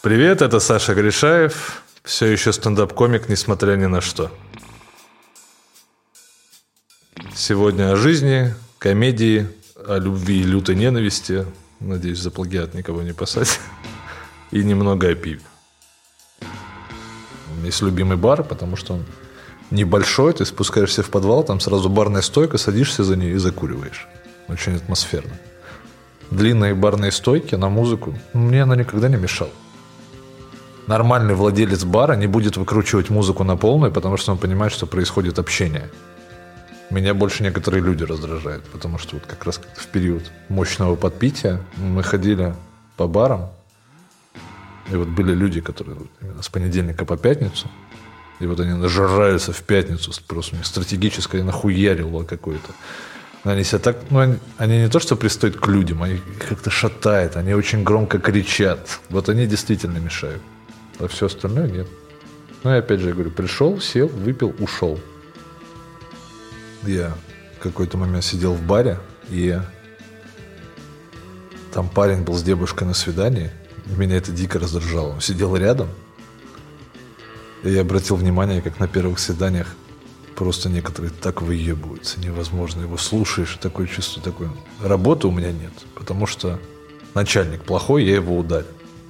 Привет, это Саша Гришаев. Все еще стендап-комик, несмотря ни на что. Сегодня о жизни, комедии, о любви и лютой ненависти. Надеюсь, за плагиат никого не посадить. И немного о пиве. У меня есть любимый бар, потому что он небольшой. Ты спускаешься в подвал, там сразу барная стойка, садишься за нее и закуриваешь. Очень атмосферно. Длинные барные стойки на музыку. Мне она никогда не мешала. Нормальный владелец бара не будет выкручивать музыку на полную, потому что он понимает, что происходит общение. Меня больше некоторые люди раздражают, потому что вот как раз в период мощного подпития мы ходили по барам, и вот были люди, которые именно с понедельника по пятницу, и вот они нажираются в пятницу, просто у них стратегическое нахуярило какое-то. Они себя так, они не то что пристают к людям, они как-то шатают, они очень громко кричат. Вот они действительно мешают. А все остальное нет. Ну и опять же, я говорю, пришел, сел, выпил, ушел. Я в какой-то момент сидел в баре, и там парень был с девушкой на свидании. Меня это дико раздражало. Он сидел рядом, и я обратил внимание, как на первых свиданиях просто некоторые так выебываются. Невозможно. Его слушаешь, и такое чувство, такое. Работы у меня нет, потому что начальник плохой, я его ударил.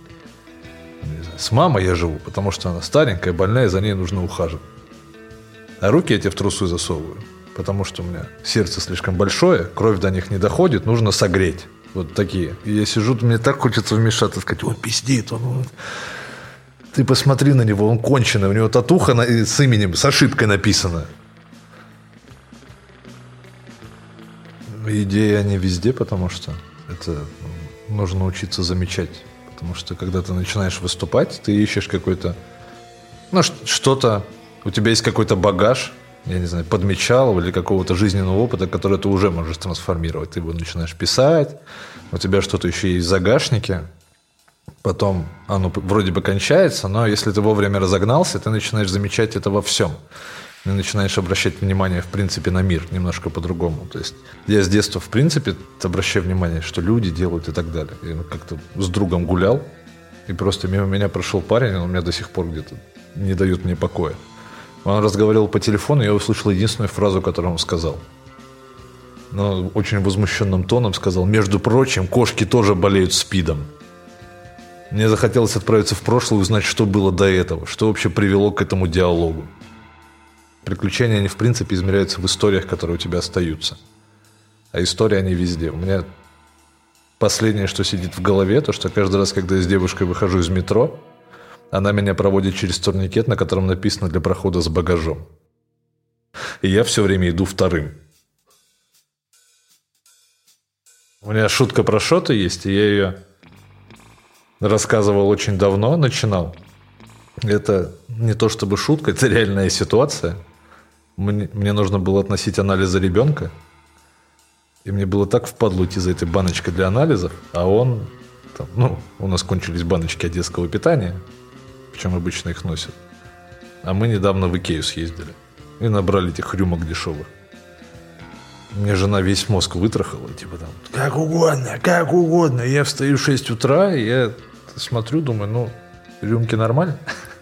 С мамой я живу, потому что она старенькая, больная, за ней нужно ухаживать. А руки я тебе в трусы засовываю, потому что у меня сердце слишком большое, кровь до них не доходит, нужно согреть. Вот такие. И я сижу, мне так хочется вмешаться, сказать, он пиздит, он... Ты посмотри на него, он конченый, у него татуха с именем, с ошибкой написана. Идеи они везде, потому что это нужно учиться замечать. Потому что, когда ты начинаешь выступать, ты ищешь какой-то... что-то... У тебя есть какой-то багаж, я не знаю, подмечал или какого-то жизненного опыта, который ты уже можешь трансформировать. Ты его начинаешь писать, у тебя что-то еще есть в загашнике. Потом оно вроде бы кончается, но если ты вовремя разогнался, ты начинаешь замечать это во всем. Ты начинаешь обращать внимание, в принципе, на мир немножко по-другому. То есть я с детства, в принципе, обращаю внимание, что люди делают и так далее. Я как-то с другом гулял, и просто мимо меня прошел парень, он у меня до сих пор где-то не дает мне покоя. Он разговаривал по телефону, и я услышал единственную фразу, которую он сказал. Но очень возмущенным тоном сказал: между прочим, кошки тоже болеют СПИДом. Мне захотелось отправиться в прошлое и узнать, что было до этого, что вообще привело к этому диалогу. Приключения, они, в принципе, измеряются в историях, которые у тебя остаются. А истории, они везде. У меня последнее, что сидит в голове, то, что каждый раз, когда я с девушкой выхожу из метро, она меня проводит через турникет, на котором написано «для прохода с багажом». И я все время иду вторым. У меня шутка про шоты есть, и я ее рассказывал очень давно, начинал. Это не то чтобы шутка, это реальная ситуация. Мне нужно было относить анализы ребенка. И мне было так впадло идти за этой баночкой для анализов. А он... у нас кончились баночки от детского питания. Причем обычно их носят. А мы недавно в Икею съездили. И набрали этих рюмок дешевых. Мне жена весь мозг вытрахала. Типа там, как угодно. И я встаю в 6 утра, и я смотрю, думаю, рюмки нормально.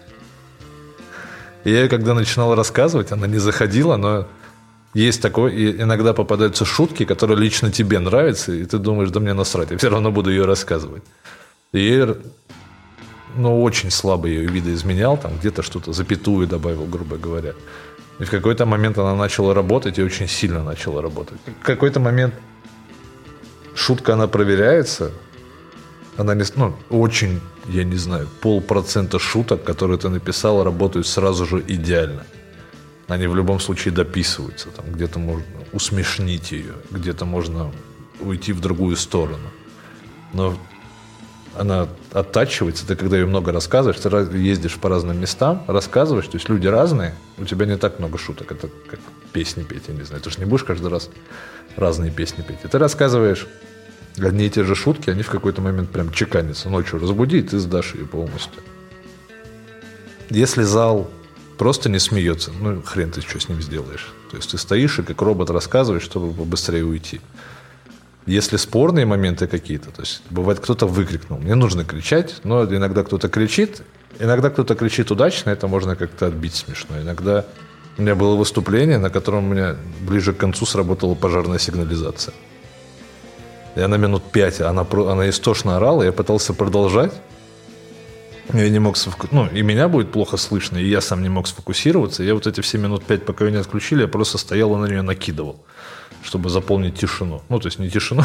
И я, когда начинал рассказывать, она не заходила, но есть такое, и иногда попадаются шутки, которые лично тебе нравятся, и ты думаешь, да мне насрать, я все равно буду ее рассказывать. И я, очень слабо ее видоизменял, там где-то что-то запятую добавил, грубо говоря. И в какой-то момент она начала работать, и очень сильно начала работать. В какой-то момент шутка, она проверяется, она не... очень, я не знаю, 0,5% шуток, которые ты написал, работают сразу же идеально. Они в любом случае дописываются. Там где-то можно усмешнить ее, где-то можно уйти в другую сторону. Но она оттачивается. Ты, когда ее много рассказываешь, ты ездишь по разным местам, рассказываешь. То есть люди разные, у тебя не так много шуток. Это как песни петь, я не знаю. Ты же не будешь каждый раз разные песни петь. И ты рассказываешь одни и те же шутки, они в какой-то момент прям чеканятся. Ночью разбуди, и ты сдашь ее полностью. Если зал просто не смеется, хрен ты что с ним сделаешь. То есть ты стоишь и как робот рассказываешь, чтобы побыстрее уйти. Если спорные моменты какие-то, то есть бывает, кто-то выкрикнул, мне нужно кричать, но иногда кто-то кричит удачно, это можно как-то отбить смешно. Иногда у меня было выступление, на котором у меня ближе к концу сработала пожарная сигнализация. И она минут 5, она истошно орала, я пытался продолжать. Я не мог и меня будет плохо слышно, и я сам не мог сфокусироваться. Я вот эти все минут 5, пока ее не отключили, я просто стоял и на нее накидывал, чтобы заполнить тишину. То есть не тишину,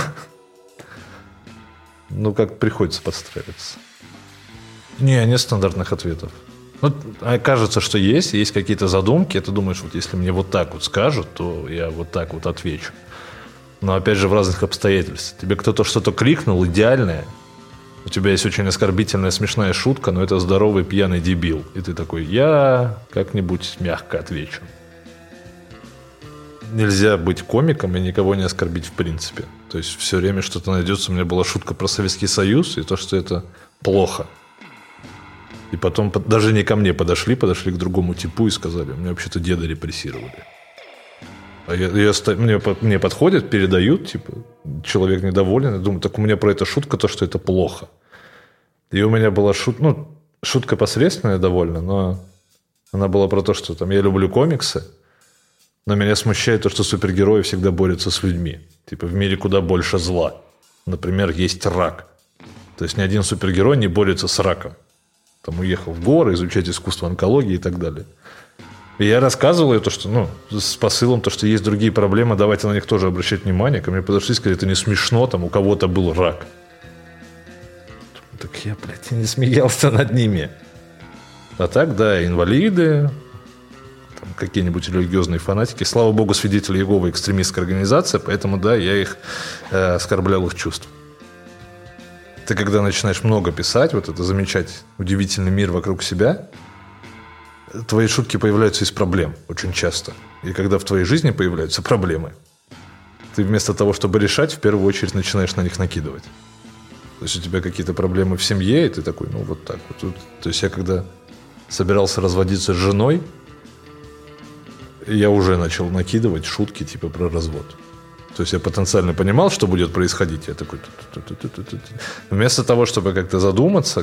как приходится подстраиваться. Нет стандартных ответов. Кажется, что есть какие-то задумки, и ты думаешь, вот если мне вот так вот скажут, то я вот так вот отвечу. Но опять же в разных обстоятельствах. Тебе кто-то что-то крикнул, идеальное, у тебя есть очень оскорбительная, смешная шутка, но это здоровый пьяный дебил. И ты такой, я как-нибудь мягко отвечу. Нельзя быть комиком и никого не оскорбить в принципе. То есть все время что-то найдется. У меня была шутка про Советский Союз и то, что это плохо. И потом даже не ко мне подошли к другому типу и сказали, меня вообще-то деда репрессировали. А мне подходят, передают, человек недоволен, я думаю, так у меня про это шутка, то, что это плохо. И у меня была шутка посредственная довольно, но она была про то, что я люблю комиксы, но меня смущает то, что супергерои всегда борются с людьми. В мире куда больше зла. Например, есть рак. То есть ни один супергерой не борется с раком. Уехал в горы, изучать искусство онкологии и так далее. И я рассказывал ей то, что, с посылом, то, что есть другие проблемы, давайте на них тоже обращать внимание. Ко мне подошли и сказали, это не смешно, у кого-то был рак. Так я, и не смеялся над ними. А так, да, инвалиды, какие-нибудь религиозные фанатики. Слава богу, свидетели Иеговы — экстремистская организация, поэтому, да, я их оскорблял их чувств. Ты когда начинаешь много писать, замечать удивительный мир вокруг себя, твои шутки появляются из проблем очень часто. И когда в твоей жизни появляются проблемы, ты вместо того, чтобы решать, в первую очередь начинаешь на них накидывать. То есть у тебя какие-то проблемы в семье, и ты такой, вот так вот. То есть я когда собирался разводиться с женой, я уже начал накидывать шутки про развод. То есть я потенциально понимал, что будет происходить. Я такой... Вместо того, чтобы как-то задуматься,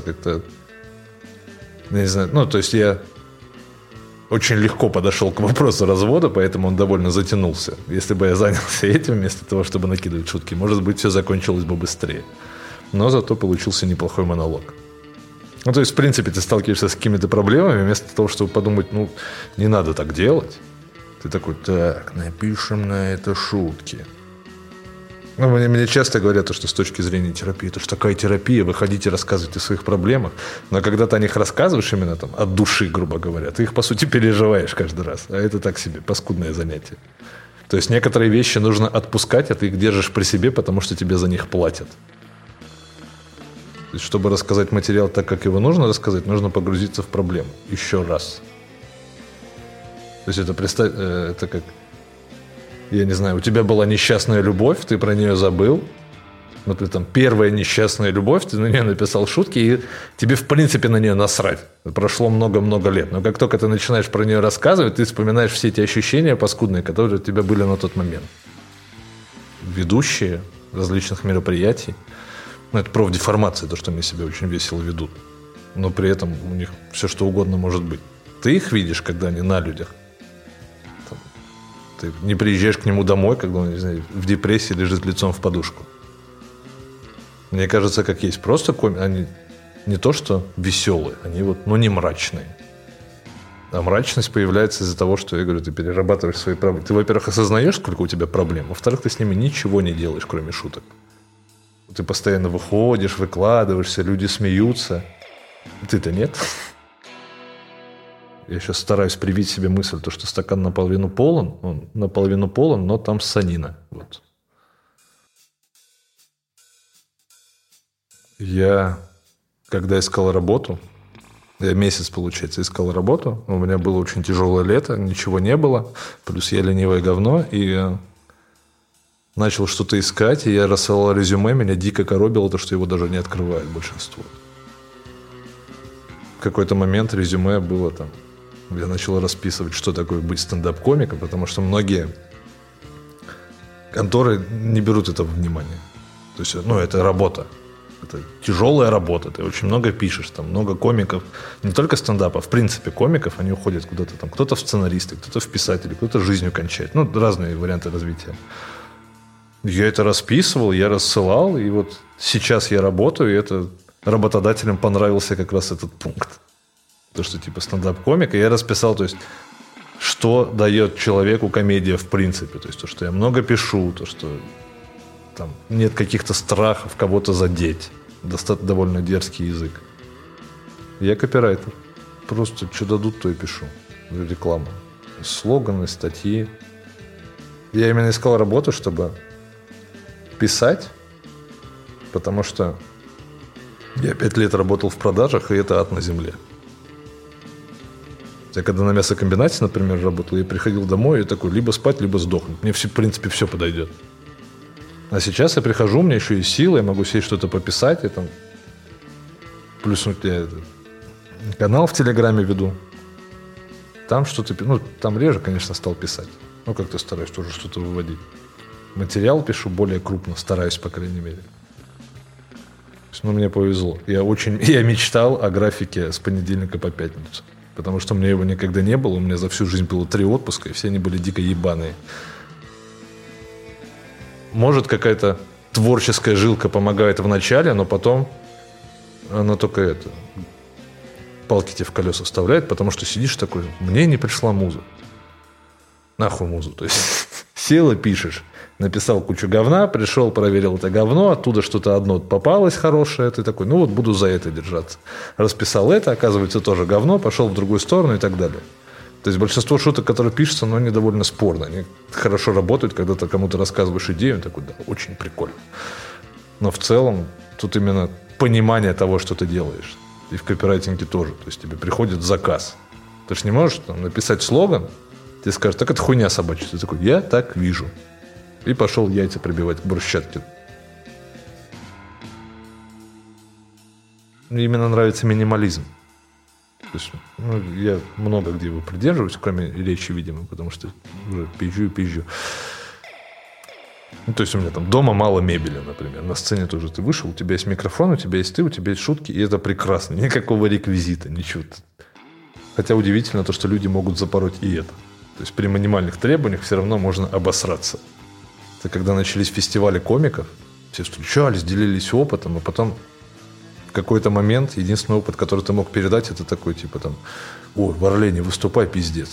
не знаю, то есть я очень легко подошел к вопросу развода, поэтому он довольно затянулся. Если бы я занялся этим, вместо того, чтобы накидывать шутки, может быть, все закончилось бы быстрее. Но зато получился неплохой монолог. То есть, в принципе, ты сталкиваешься с какими-то проблемами, вместо того, чтобы подумать, не надо так делать. Ты такой, так, напишем на это шутки. Мне часто говорят, что с точки зрения терапии, это же такая терапия, выходите, рассказывайте о своих проблемах. Но когда ты о них рассказываешь именно от души, грубо говоря, ты их, по сути, переживаешь каждый раз. А это так себе, паскудное занятие. То есть некоторые вещи нужно отпускать, а ты их держишь при себе, потому что тебе за них платят. То есть, чтобы рассказать материал так, как его нужно рассказать, нужно погрузиться в проблему. Еще раз. То есть это как... Я не знаю, у тебя была несчастная любовь, ты про нее забыл. Первая несчастная любовь, ты на нее написал шутки, и тебе, в принципе, на нее насрать. Прошло много-много лет. Но как только ты начинаешь про нее рассказывать, ты вспоминаешь все эти ощущения паскудные, которые у тебя были на тот момент. Ведущие различных мероприятий. Это профдеформация, то, что они себя очень весело ведут. Но при этом у них все, что угодно может быть. Ты их видишь, когда они на людях. Ты не приезжаешь к нему домой, когда он, не знаю, в депрессии лежит лицом в подушку. Мне кажется, как есть. Просто они не то что веселые, они не мрачные. А мрачность появляется из-за того, что, я говорю, ты перерабатываешь свои проблемы. Ты, во-первых, осознаешь, сколько у тебя проблем. Во-вторых, ты с ними ничего не делаешь, кроме шуток. Ты постоянно выходишь, выкладываешься, люди смеются. Ты-то нет. Я сейчас стараюсь привить себе мысль, что стакан наполовину полон, он наполовину полон, но там ссанина. Я, когда искал работу, я месяц, получается, искал работу, у меня было очень тяжелое лето, ничего не было, плюс я ленивое говно, и начал что-то искать, и я рассылал резюме, меня дико коробило то, что его даже не открывает большинство. В какой-то момент резюме было я начал расписывать, что такое быть стендап-комиком, потому что многие конторы не берут этого внимания. То есть, это работа. Это тяжелая работа. Ты очень много пишешь, там много комиков. Не только стендапа, в принципе, комиков, они уходят куда-то там. Кто-то в сценаристы, кто-то в писатели, кто-то жизнью кончает. Разные варианты развития. Я это расписывал, я рассылал, и вот сейчас я работаю, и это работодателям понравился как раз этот пункт. То, что типа стендап-комик, и я расписал, то есть, что дает человеку комедия в принципе. То есть, то, что я много пишу, то, что там нет каких-то страхов кого-то задеть. Довольно дерзкий язык. Я копирайтер. Просто что дадут, то и пишу. Рекламу. Слоганы, статьи. Я именно искал работу, чтобы писать, потому что я 5 лет работал в продажах, и это ад на земле. Я когда на мясокомбинате, например, работал, я приходил домой и такой, либо спать, либо сдохнуть. Мне, в принципе, все подойдет. А сейчас я прихожу, у меня еще есть силы, я могу сесть что-то пописать. Плюс я канал в Телеграме веду. Там что-то... там реже, конечно, стал писать. Как-то стараюсь тоже что-то выводить. Материал пишу более крупно, стараюсь, по крайней мере. Мне повезло. Я мечтал о графике с понедельника по пятницу. Потому что у меня его никогда не было. У меня за всю жизнь было 3 отпуска, и все они были дико ебаные. Может, какая-то творческая жилка помогает в начале, но потом она только палки тебе в колеса вставляет, потому что сидишь такой, мне не пришла муза. Нахуй музу. То есть сел и пишешь. Написал кучу говна, пришел, проверил это говно, оттуда что-то одно попалось хорошее, ты такой, буду за это держаться. Расписал это, оказывается, тоже говно, пошел в другую сторону и так далее. То есть большинство шуток, которые пишутся, они довольно спорно. Они хорошо работают, когда ты кому-то рассказываешь идею, он такой, да, очень прикольно. Но в целом тут именно понимание того, что ты делаешь. И в копирайтинге тоже. То есть тебе приходит заказ. Ты же не можешь написать слоган, тебе скажут, так это хуйня собачья. Ты такой, я так вижу. И пошел яйца прибивать к брусчатке. Мне именно нравится минимализм. То есть, я много где его придерживаюсь, кроме речи, видимо, потому что уже пизжу. То есть у меня там дома мало мебели, например. На сцене тоже ты вышел, у тебя есть микрофон, у тебя есть ты, у тебя есть шутки, и это прекрасно. Никакого реквизита, ничего. Хотя удивительно то, что люди могут запороть и это. То есть при минимальных требованиях все равно можно обосраться. Это когда начались фестивали комиков, все встречались, делились опытом, а потом в какой-то момент единственный опыт, который ты мог передать, это такой, типа там, ой, в Орлене выступай, пиздец.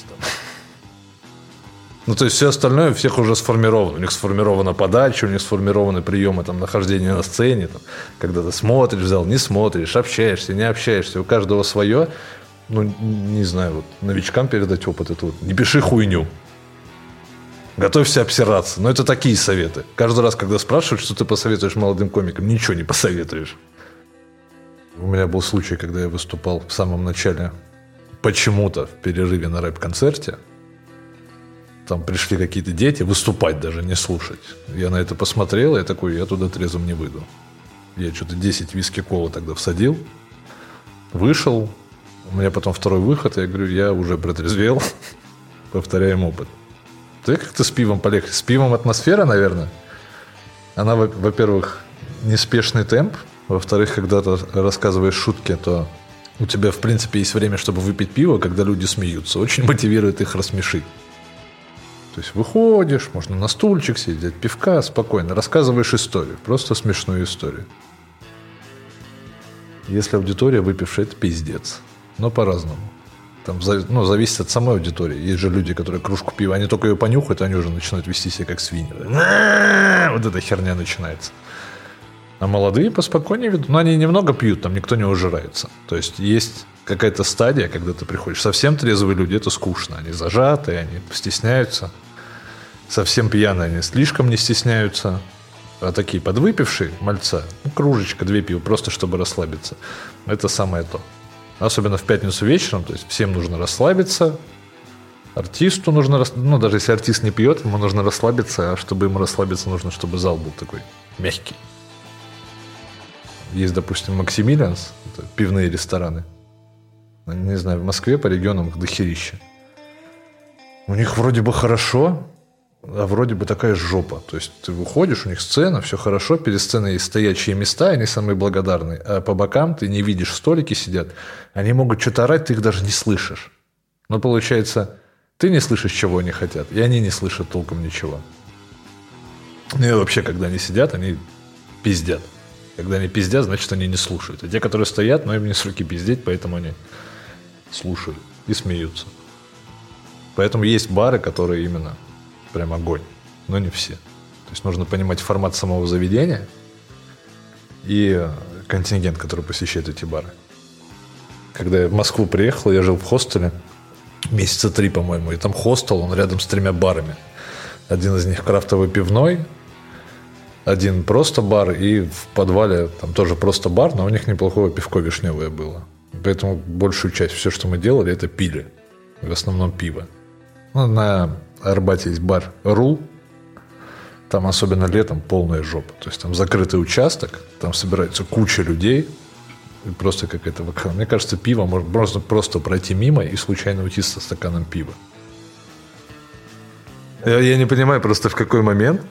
То есть все остальное у всех уже сформировано. У них сформирована подача, у них сформированы приемы нахождения на сцене. Когда ты смотришь в зал, не смотришь, общаешься, не общаешься. У каждого свое. Не знаю, новичкам передать опыт, это не пиши хуйню. Готовься обсираться. Но это такие советы. Каждый раз, когда спрашивают, что ты посоветуешь молодым комикам, ничего не посоветуешь. У меня был случай, когда я выступал в самом начале почему-то в перерыве на рэп-концерте. Там пришли какие-то дети выступать даже, не слушать. Я на это посмотрел, и я такой, я туда трезвым не выйду. Я что-то 10 виски-колы тогда всадил. Вышел. У меня потом второй выход, я говорю, я уже протрезвел. Повторяем опыт. Ты как-то с пивом полегче. С пивом атмосфера, наверное. Она, во-первых, неспешный темп. Во-вторых, когда ты рассказываешь шутки, то у тебя, в принципе, есть время, чтобы выпить пиво, когда люди смеются. Очень мотивирует их рассмешить. То есть выходишь, можно на стульчик сидеть, пивка, спокойно. Рассказываешь историю. Просто смешную историю. Если аудитория выпившая, это пиздец. Но по-разному. Там, зависит от самой аудитории. Есть же люди, которые кружку пива, они только ее понюхают, они уже начинают вести себя как свиньи. Вот эта херня начинается. А молодые поспокойнее ведут. Но они немного пьют, там никто не ужирается. То есть какая-то стадия, когда ты приходишь. Совсем трезвые люди, это скучно. Они зажатые, они стесняются. Совсем пьяные, они слишком не стесняются. А такие подвыпившие мальца, кружечка, 2 пива, просто чтобы расслабиться. Это самое то. Особенно в пятницу вечером, то есть всем нужно расслабиться. Артисту нужно, даже если артист не пьет, ему нужно расслабиться, а чтобы ему расслабиться, нужно, чтобы зал был такой мягкий. Есть, допустим, Максимилианс, это пивные рестораны. Не знаю, в Москве по регионам их дохерища. У них вроде бы хорошо, а вроде бы такая жопа. То есть ты выходишь, у них сцена, все хорошо, перед сценой есть стоячие места, они самые благодарные, а по бокам ты не видишь, столики сидят, они могут что-то орать, ты их даже не слышишь. Но получается, ты не слышишь, чего они хотят, и они не слышат толком ничего. Ну и вообще, когда они сидят, они пиздят. Когда они пиздят, значит, они не слушают. А те, которые стоят, им не с руки пиздеть, поэтому они слушают и смеются. Поэтому есть бары, которые именно прям огонь, но не все. То есть нужно понимать формат самого заведения и контингент, который посещает эти бары. Когда я в Москву приехал, я жил в хостеле месяца 3, по-моему, и там хостел, он рядом с 3 барами. Один из них крафтовый пивной, один просто бар, и в подвале там тоже просто бар, но у них неплохое пивко вишневое было. Поэтому большую часть, все, что мы делали, это пили. В основном пиво. Ну, на Арбате есть бар «Рул». Там, особенно летом, полная жопа. То есть там закрытый участок, там собирается куча людей. И просто какая-то вакханалия. Мне кажется, пиво можно просто пройти мимо и случайно уйти со стаканом пива. Я не понимаю просто, в какой момент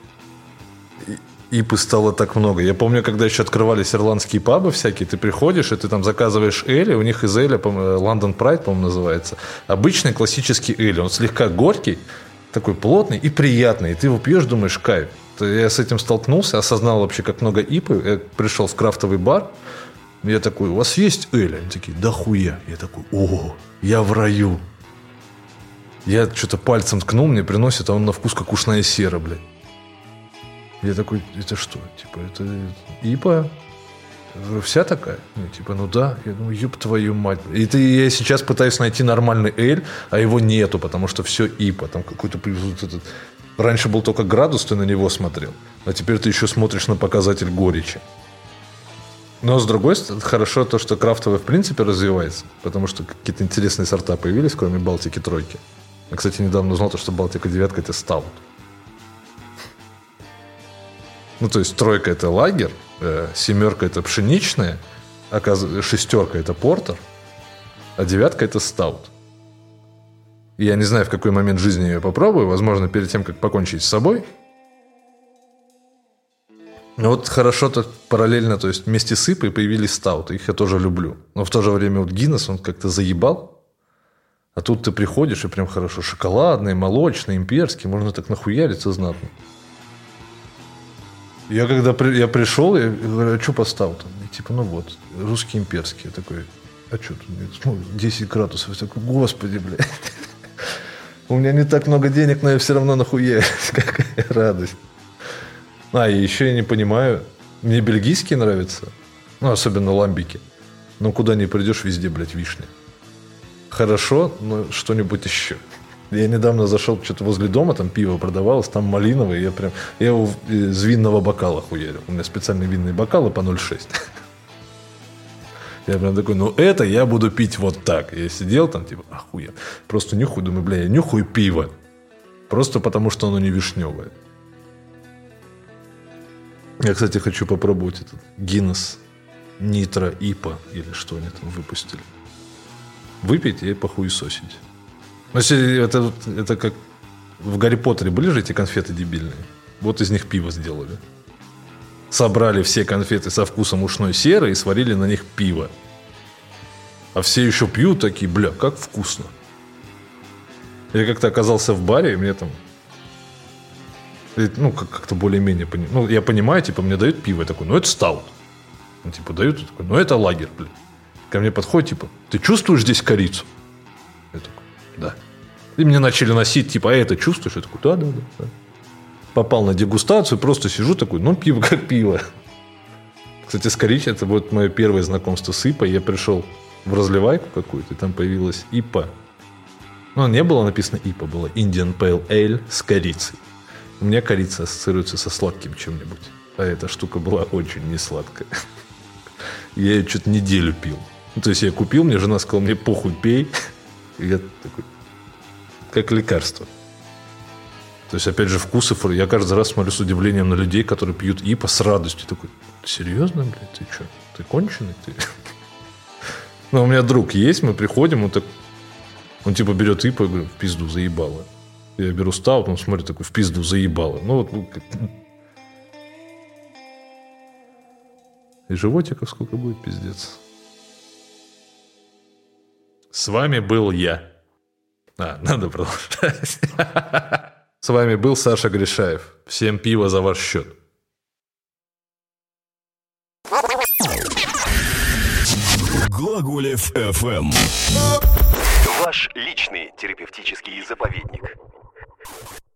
ипы стало так много. Я помню, когда еще открывались ирландские пабы всякие, ты приходишь, и ты там заказываешь эли, у них из эля, London Pride, по-моему, называется, обычный классический эль, он слегка горький, такой плотный и приятный, и ты его пьешь, думаешь, кайф. Я с этим столкнулся, осознал вообще, как много ипы, я пришел в крафтовый бар, я такой, у вас есть эль? Они такие, да хуя. Я такой, о, я в раю. Я что-то пальцем ткнул, мне приносит, а он на вкус как ушная сера, блядь. Я такой, это что? Типа, это ипа? Вся такая? Ну, типа, ну да. Я думаю, ёб твою мать. И я сейчас пытаюсь найти нормальный эль, а его нету, потому что все ипа. Там какой-то... Раньше был только градус, ты на него смотрел. А теперь ты еще смотришь на показатель горечи. Но, с другой стороны, хорошо то, что крафтовое в принципе развивается, потому что какие-то интересные сорта появились, кроме Балтики тройки. Я, кстати, недавно узнал, что Балтика 9 это стаут. Ну, то есть тройка это лагер, 7 это пшеничная, 6 это портер, а 9 это стаут. И я не знаю, в какой момент жизни я попробую, возможно, перед тем, как покончить с собой. Но вот хорошо-то параллельно, то есть вместе с ипой появились стауты, их я тоже люблю. Но в то же время вот Гиннес, он как-то заебал. А тут ты приходишь, и прям хорошо шоколадный, молочный, имперский, можно так нахуяриться знатно. Я когда я пришел, я говорю, а что по стаутам? И типа, ну вот, русский имперский. Я такой, а что тут? Ну, 10 градусов. Я такой, господи, блядь. У меня не так много денег, но я все равно нахуярюсь. Какая радость. И еще я не понимаю, мне бельгийские нравятся, ну, особенно ламбики. Но куда ни придешь, везде, блядь, вишня. Хорошо, но что-нибудь еще. Я недавно зашел что-то возле дома, там пиво продавалось, там малиновое, я его из винного бокала хуярил. У меня специальные винные бокалы по 0,6. Я прям такой, ну это я буду пить вот так. Я сидел там, типа, охуенно. Просто нюхаю, думаю, бля, я нюхаю пиво. Просто потому, что оно не вишневое. Я, кстати, хочу попробовать этот Гиннес Нитро Ипа, или что они там выпустили. Выпить и похуесосить. Это как в Гарри Поттере были же эти конфеты дебильные. Вот из них пиво сделали. Собрали все конфеты со вкусом ушной серы и сварили на них пиво. А все еще пьют такие, бля, как вкусно. Я как-то оказался в баре, и мне там... Ну, как-то более-менее... Ну, я понимаю, типа, мне дают пиво. Я такой, ну, это стаут. Ну, типа, дают, я такой, ну, это лагерь, блин. Ко мне подходит, типа, ты чувствуешь здесь корицу? Я такой, да. И мне начали носить, типа, а это чувствуешь? Я такой, да. Попал на дегустацию, просто сижу такой, ну, пиво как пиво. Кстати, с корицей, это вот мое первое знакомство с ипой. Я пришел в разливайку какую-то, и там появилась ипа. Ну, не было написано ипа, было Indian Pale Ale с корицей. У меня корица ассоциируется со сладким чем-нибудь. А эта штука была очень несладкая. Я ее что-то неделю пил. Ну, то есть я купил, мне жена сказала, мне похуй, пей. И я такой, как лекарство. То есть, опять же, вкусы. Я каждый раз смотрю с удивлением на людей, которые пьют ипа с радостью. Такой, серьезно, блядь, ты что? Ты конченый? Ты? Ну, у меня друг есть, мы приходим, он типа берет ипа, я говорю, в пизду, заебало. Я беру стаут, он смотрит такой, в пизду заебало. Ну вот. И животиков сколько будет, пиздец. С вами был я. Надо продолжать. С вами был Саша Гришаев. Всем пиво за ваш счет. Глаголев FM. Ваш личный терапевтический заповедник.